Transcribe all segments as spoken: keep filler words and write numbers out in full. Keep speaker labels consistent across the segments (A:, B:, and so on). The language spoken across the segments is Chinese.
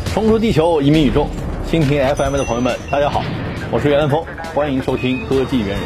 A: 冲出地球，移民宇宙，蜻蜓 F M 的朋友们，大家好，我是袁兰峰，欢迎收听科技猿人。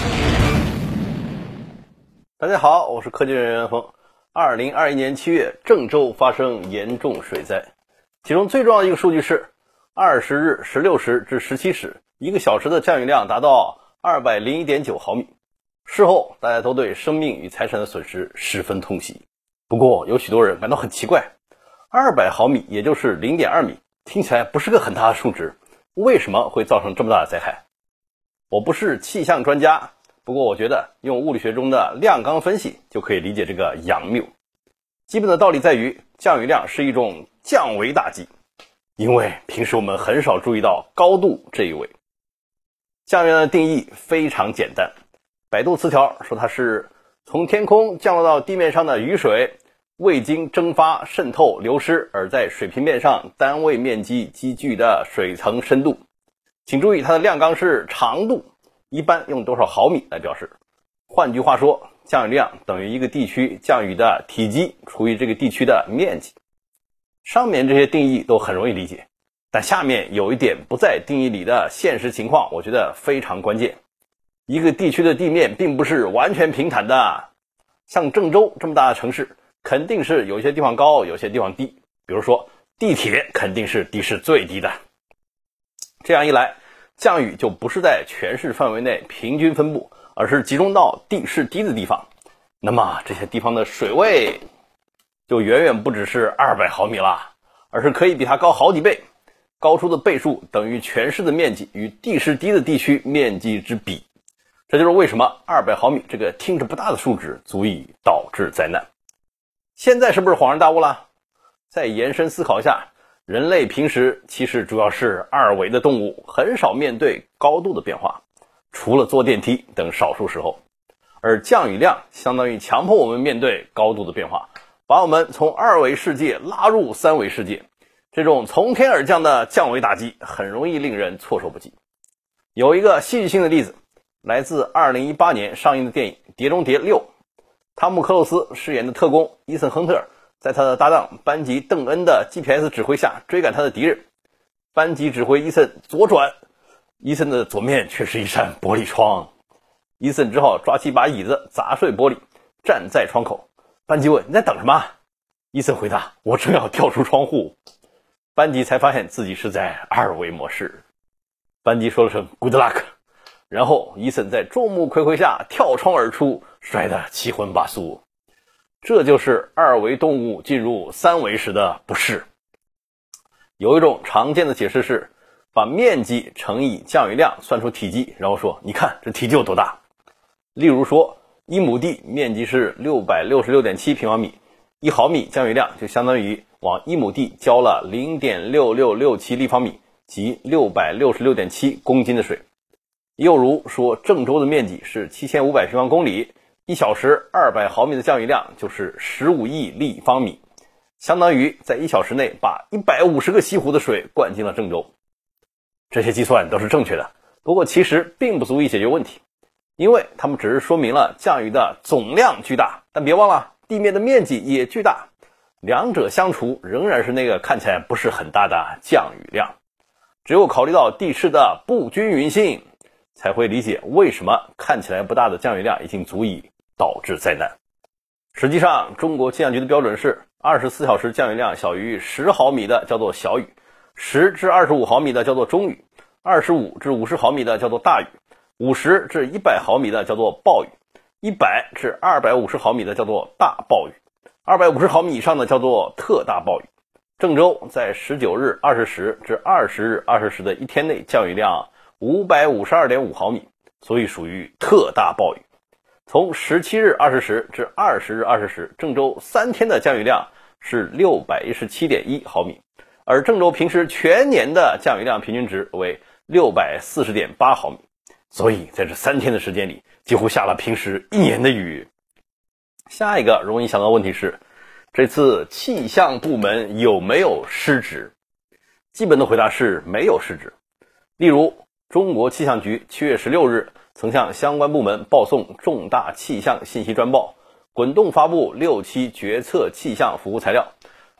A: 大家好，我是科技猿袁兰峰。二零二一年七月，郑州发生严重水灾，其中最重要的一个数据是，二十日十六时至十七时，一个小时的降雨量达到二百零一点九毫米。事后，大家都对生命与财产的损失十分痛惜。不过，有许多人感到很奇怪，二百毫米也就是 零点二米，听起来不是个很大的数值，为什么会造成这么大的灾害？我不是气象专家，不过我觉得用物理学中的量纲分析就可以理解这个杨谬。基本的道理在于，降雨量是一种降维打击，因为平时我们很少注意到高度这一维。降雨量的定义非常简单，百度词条说它是从天空降落到地面上的雨水，未经蒸发、渗透、流失而在水平面上单位面积积聚的水层深度。请注意，它的量纲是长度，一般用多少毫米来表示。换句话说，降雨量等于一个地区降雨的体积除以这个地区的面积。上面这些定义都很容易理解，但下面有一点不在定义里的现实情况，我觉得非常关键。一个地区的地面并不是完全平坦的，像郑州这么大的城市，肯定是有些地方高，有些地方低。比如说，地铁肯定是地势最低的。这样一来，降雨就不是在全市范围内平均分布，而是集中到地势低的地方。那么这些地方的水位就远远不只是二百毫米了，而是可以比它高好几倍，高出的倍数等于全市的面积与地势低的地区面积之比。这就是为什么二百毫米这个听着不大的数值足以导致灾难。现在是不是恍然大悟了？再延伸思考一下，人类平时其实主要是二维的动物，很少面对高度的变化，除了坐电梯等少数时候。而降雨量相当于强迫我们面对高度的变化，把我们从二维世界拉入三维世界。这种从天而降的降维打击很容易令人措手不及。有一个戏剧性的例子，来自二零一八年上映的电影《碟中谍六》，汤姆克鲁斯饰演的特工伊森亨特在他的搭档班吉邓恩的 G P S 指挥下追赶他的敌人。班吉指挥伊森左转，伊森的左面却是一扇玻璃窗，伊森只好抓起一把椅子砸碎玻璃，站在窗口。班吉问：你在等什么？伊森回答：我正要跳出窗户。班吉才发现自己是在二维模式。班吉说了声 Good luck， 然后伊森在众目睽睽下跳窗而出，摔得七荤八素。这就是二维动物进入三维时的不适。有一种常见的解释是，把面积乘以降雨量算出体积，然后说，你看这体积有多大。例如说，一亩地面积是 六百六十六点七平方米，一毫米降雨量就相当于往一亩地浇了 零点六六六七立方米，即 六百六十六点七公斤的水。又如说，郑州的面积是七千五百平方公里，一小时二百毫米的降雨量就是十五亿立方米，相当于在一小时内把一百五十个西湖的水灌进了郑州。这些计算都是正确的，不过其实并不足以解决问题，因为它们只是说明了降雨的总量巨大，但别忘了地面的面积也巨大，两者相除仍然是那个看起来不是很大的降雨量。只有考虑到地势的不均匀性，才会理解为什么看起来不大的降雨量已经足以导致灾难。实际上，中国气象局的标准是二十四小时降雨量小于十毫米的叫做小雨，十至二十五毫米的叫做中雨，二十五至五十毫米的叫做大雨，五十至一百毫米的叫做暴雨，一百至二百五十毫米的叫做大暴雨，二百五十毫米以上的叫做特大暴雨。郑州在十九日二十时至二十日二十时的一天内降雨量 五百五十二点五毫米，所以属于特大暴雨。从十七日二十时至二十日二十时，郑州三天的降雨量是 六百一十七点一毫米，而郑州平时全年的降雨量平均值为 六百四十点八毫米，所以在这三天的时间里，几乎下了平时一年的雨。下一个容易想到的问题是，这次气象部门有没有失职？基本的回答是没有失职。例如，中国气象局七月十六日曾向相关部门报送重大气象信息专报，滚动发布六期决策气象服务材料，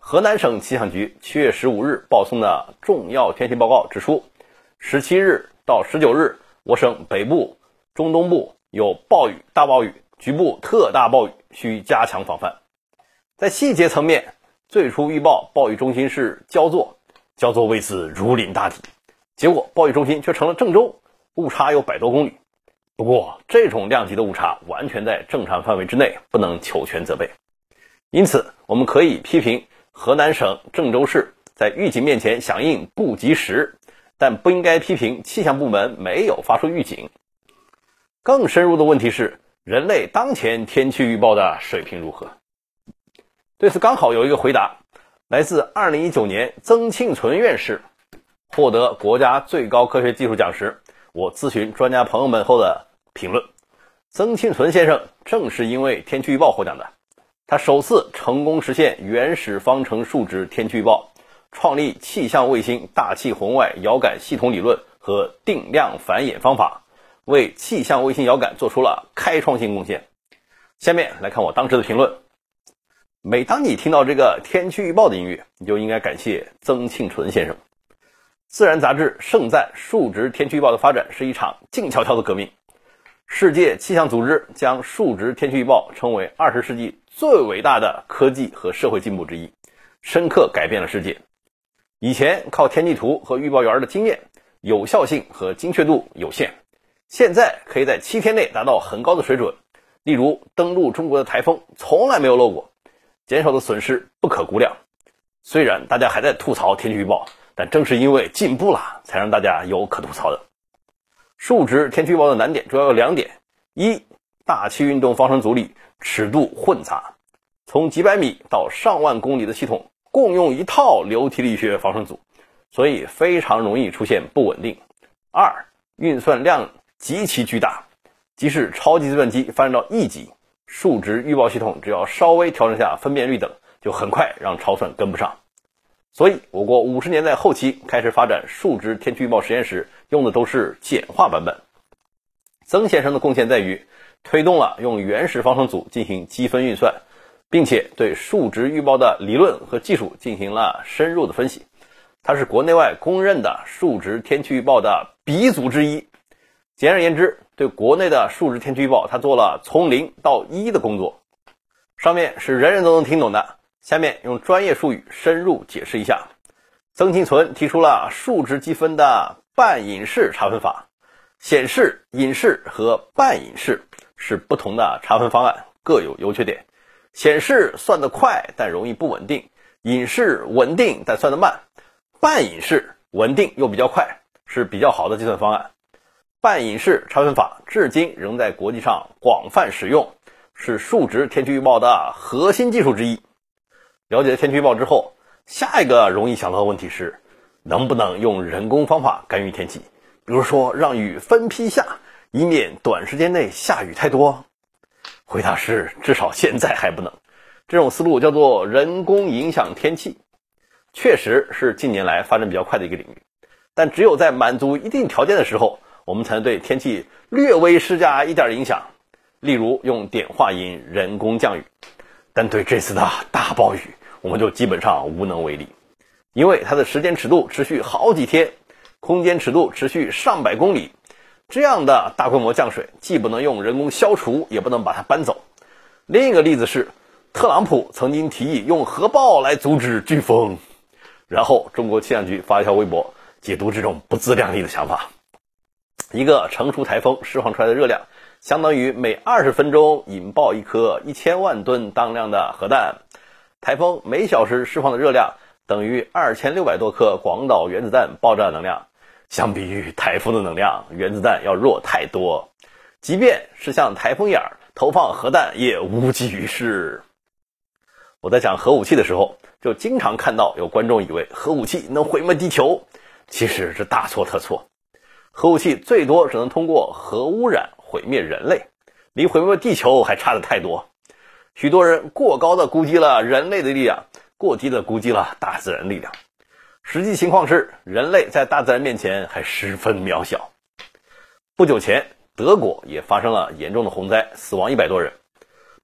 A: 河南省气象局七月十五日报送的重要天气报告指出，十七日到十九日，我省北部、中东部有暴雨、大暴雨，局部特大暴雨，需加强防范。在细节层面，最初预报暴雨中心是焦作，焦作为此如临大敌，结果暴雨中心却成了郑州，误差有百多公里。不过这种量级的误差完全在正常范围之内，不能求全责备。因此我们可以批评河南省郑州市在预警面前响应不及时，但不应该批评气象部门没有发出预警。更深入的问题是，人类当前天气预报的水平如何？对此刚好有一个回答，来自二零一九年曾庆存院士，获得国家最高科学技术奖时，我咨询专家朋友们后的评论。曾庆存先生正是因为天气预报获奖的，他首次成功实现原始方程数值天气预报，创立气象卫星大气红外遥感系统理论和定量繁衍方法，为气象卫星遥感做出了开创性贡献。下面来看我当时的评论。每当你听到这个天气预报的音乐，你就应该感谢曾庆存先生。自然杂志盛赞数值天气预报的发展是一场静悄悄的革命。世界气象组织将数值天气预报称为二十世纪最伟大的科技和社会进步之一，深刻改变了世界。以前靠天气图和预报员的经验，有效性和精确度有限，现在可以在七天内达到很高的水准。例如登陆中国的台风从来没有漏过，减少的损失不可估量。虽然大家还在吐槽天气预报，但正是因为进步了，才让大家有可吐槽的。数值天气预报的难点主要有两点：一，大气运动方程组里尺度混杂，从几百米到上万公里的系统共用一套流体力学方程组，所以非常容易出现不稳定。二，运算量极其巨大，即使超级计算机发展到亿级，数值预报系统只要稍微调整下分辨率等，就很快让超算跟不上。所以我国五十年代后期开始发展数值天气预报实验时，用的都是简化版本。曾先生的贡献在于推动了用原始方程组进行积分运算，并且对数值预报的理论和技术进行了深入的分析。他是国内外公认的数值天气预报的鼻祖之一。简而言之，对国内的数值天气预报他做了从零到一的工作。上面是人人都能听懂的，下面用专业术语深入解释一下。曾庆存提出了数值积分的半隐式查分法，显示、隐式和半隐式是不同的查分方案，各有优缺点。显示算得快但容易不稳定，隐式稳定但算得慢，半隐式稳定又比较快，是比较好的计算方案。半隐式查分法至今仍在国际上广泛使用，是数值天气预报的核心技术之一。了解了天气预报之后，下一个容易想到的问题是，能不能用人工方法干预天气？比如说让雨分批下，以免短时间内下雨太多。回答是，至少现在还不能。这种思路叫做人工影响天气，确实是近年来发展比较快的一个领域，但只有在满足一定条件的时候，我们才能对天气略微施加一点影响，例如用碘化银人工降雨。但对这次的大暴雨，我们就基本上无能为力，因为它的时间尺度持续好几天，空间尺度持续上百公里，这样的大规模降水既不能用人工消除，也不能把它搬走。另一个例子是，特朗普曾经提议用核爆来阻止飓风，然后中国气象局发一条微博解读这种不自量力的想法。一个成熟台风释放出来的热量，相当于每二十分钟引爆一颗一千万吨当量的核弹。台风每小时释放的热量等于二千六百多颗广岛原子弹爆炸能量，相比于台风的能量，原子弹要弱太多。即便是向台风眼儿投放核弹也无济于事。我在讲核武器的时候，就经常看到有观众以为核武器能毁灭地球，其实是大错特错。核武器最多只能通过核污染毁灭人类，离毁灭地球还差得太多。许多人过高的估计了人类的力量，过低的估计了大自然力量。实际情况是，人类在大自然面前还十分渺小。不久前，德国也发生了严重的洪灾，死亡一百多人。不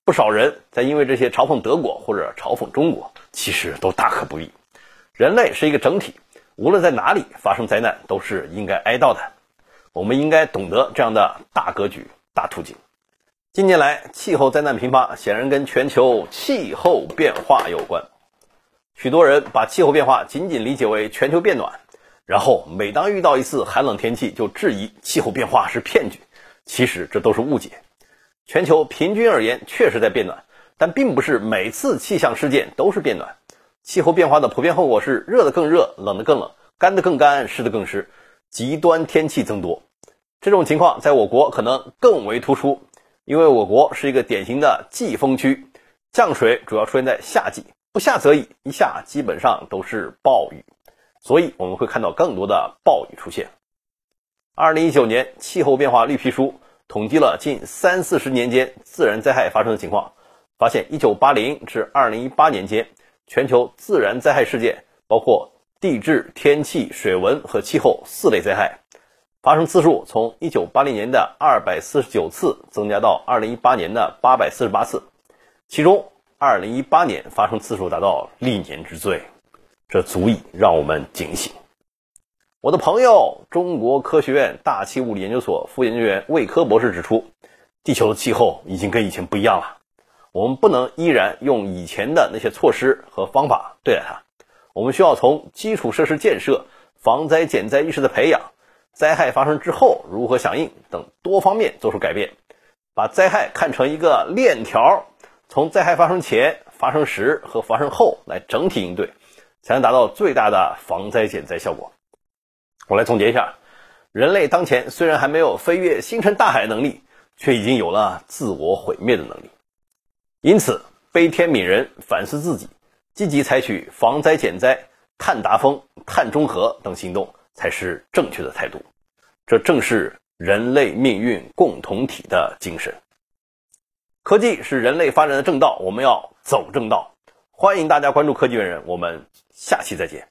A: 不少人在因为这些嘲讽德国或者嘲讽中国，其实都大可不必。人类是一个整体，无论在哪里发生灾难都是应该哀悼的。我们应该懂得这样的大格局、大途径。近年来气候灾难频发，显然跟全球气候变化有关。许多人把气候变化仅仅理解为全球变暖，然后每当遇到一次寒冷天气就质疑气候变化是骗局，其实这都是误解。全球平均而言确实在变暖，但并不是每次气象事件都是变暖。气候变化的普遍后果是热得更热，冷得更冷，干得更干，湿得更湿，极端天气增多。这种情况在我国可能更为突出，因为我国是一个典型的季风区，降水主要出现在夏季，不下则已，一下基本上都是暴雨，所以我们会看到更多的暴雨出现。二零一九年气候变化绿皮书统计了近三四十年间自然灾害发生的情况，发现一九八零至二零一八年间全球自然灾害事件包括地质、天气、水文和气候四类灾害，发生次数从一九八零年的二百四十九次增加到二零一八年的八百四十八次，其中二零一八年发生次数达到历年之最，这足以让我们警醒。我的朋友中国科学院大气物理研究所副研究员魏科博士指出，地球的气候已经跟以前不一样了，我们不能依然用以前的那些措施和方法对待它，我们需要从基础设施建设、防灾减灾意识的培养、灾害发生之后如何响应等多方面做出改变，把灾害看成一个链条，从灾害发生前、发生时和发生后来整体应对，才能达到最大的防灾减灾效果。我来总结一下，人类当前虽然还没有飞越星辰大海的能力，却已经有了自我毁灭的能力。因此悲天悯人，反思自己，积极采取防灾减灾、碳达峰、碳中和等行动才是正确的态度。这正是人类命运共同体的精神。科技是人类发展的正道，我们要走正道。欢迎大家关注科技猿人，我们下期再见。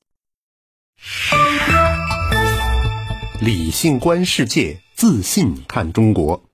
B: 理性观世界，自信看中国。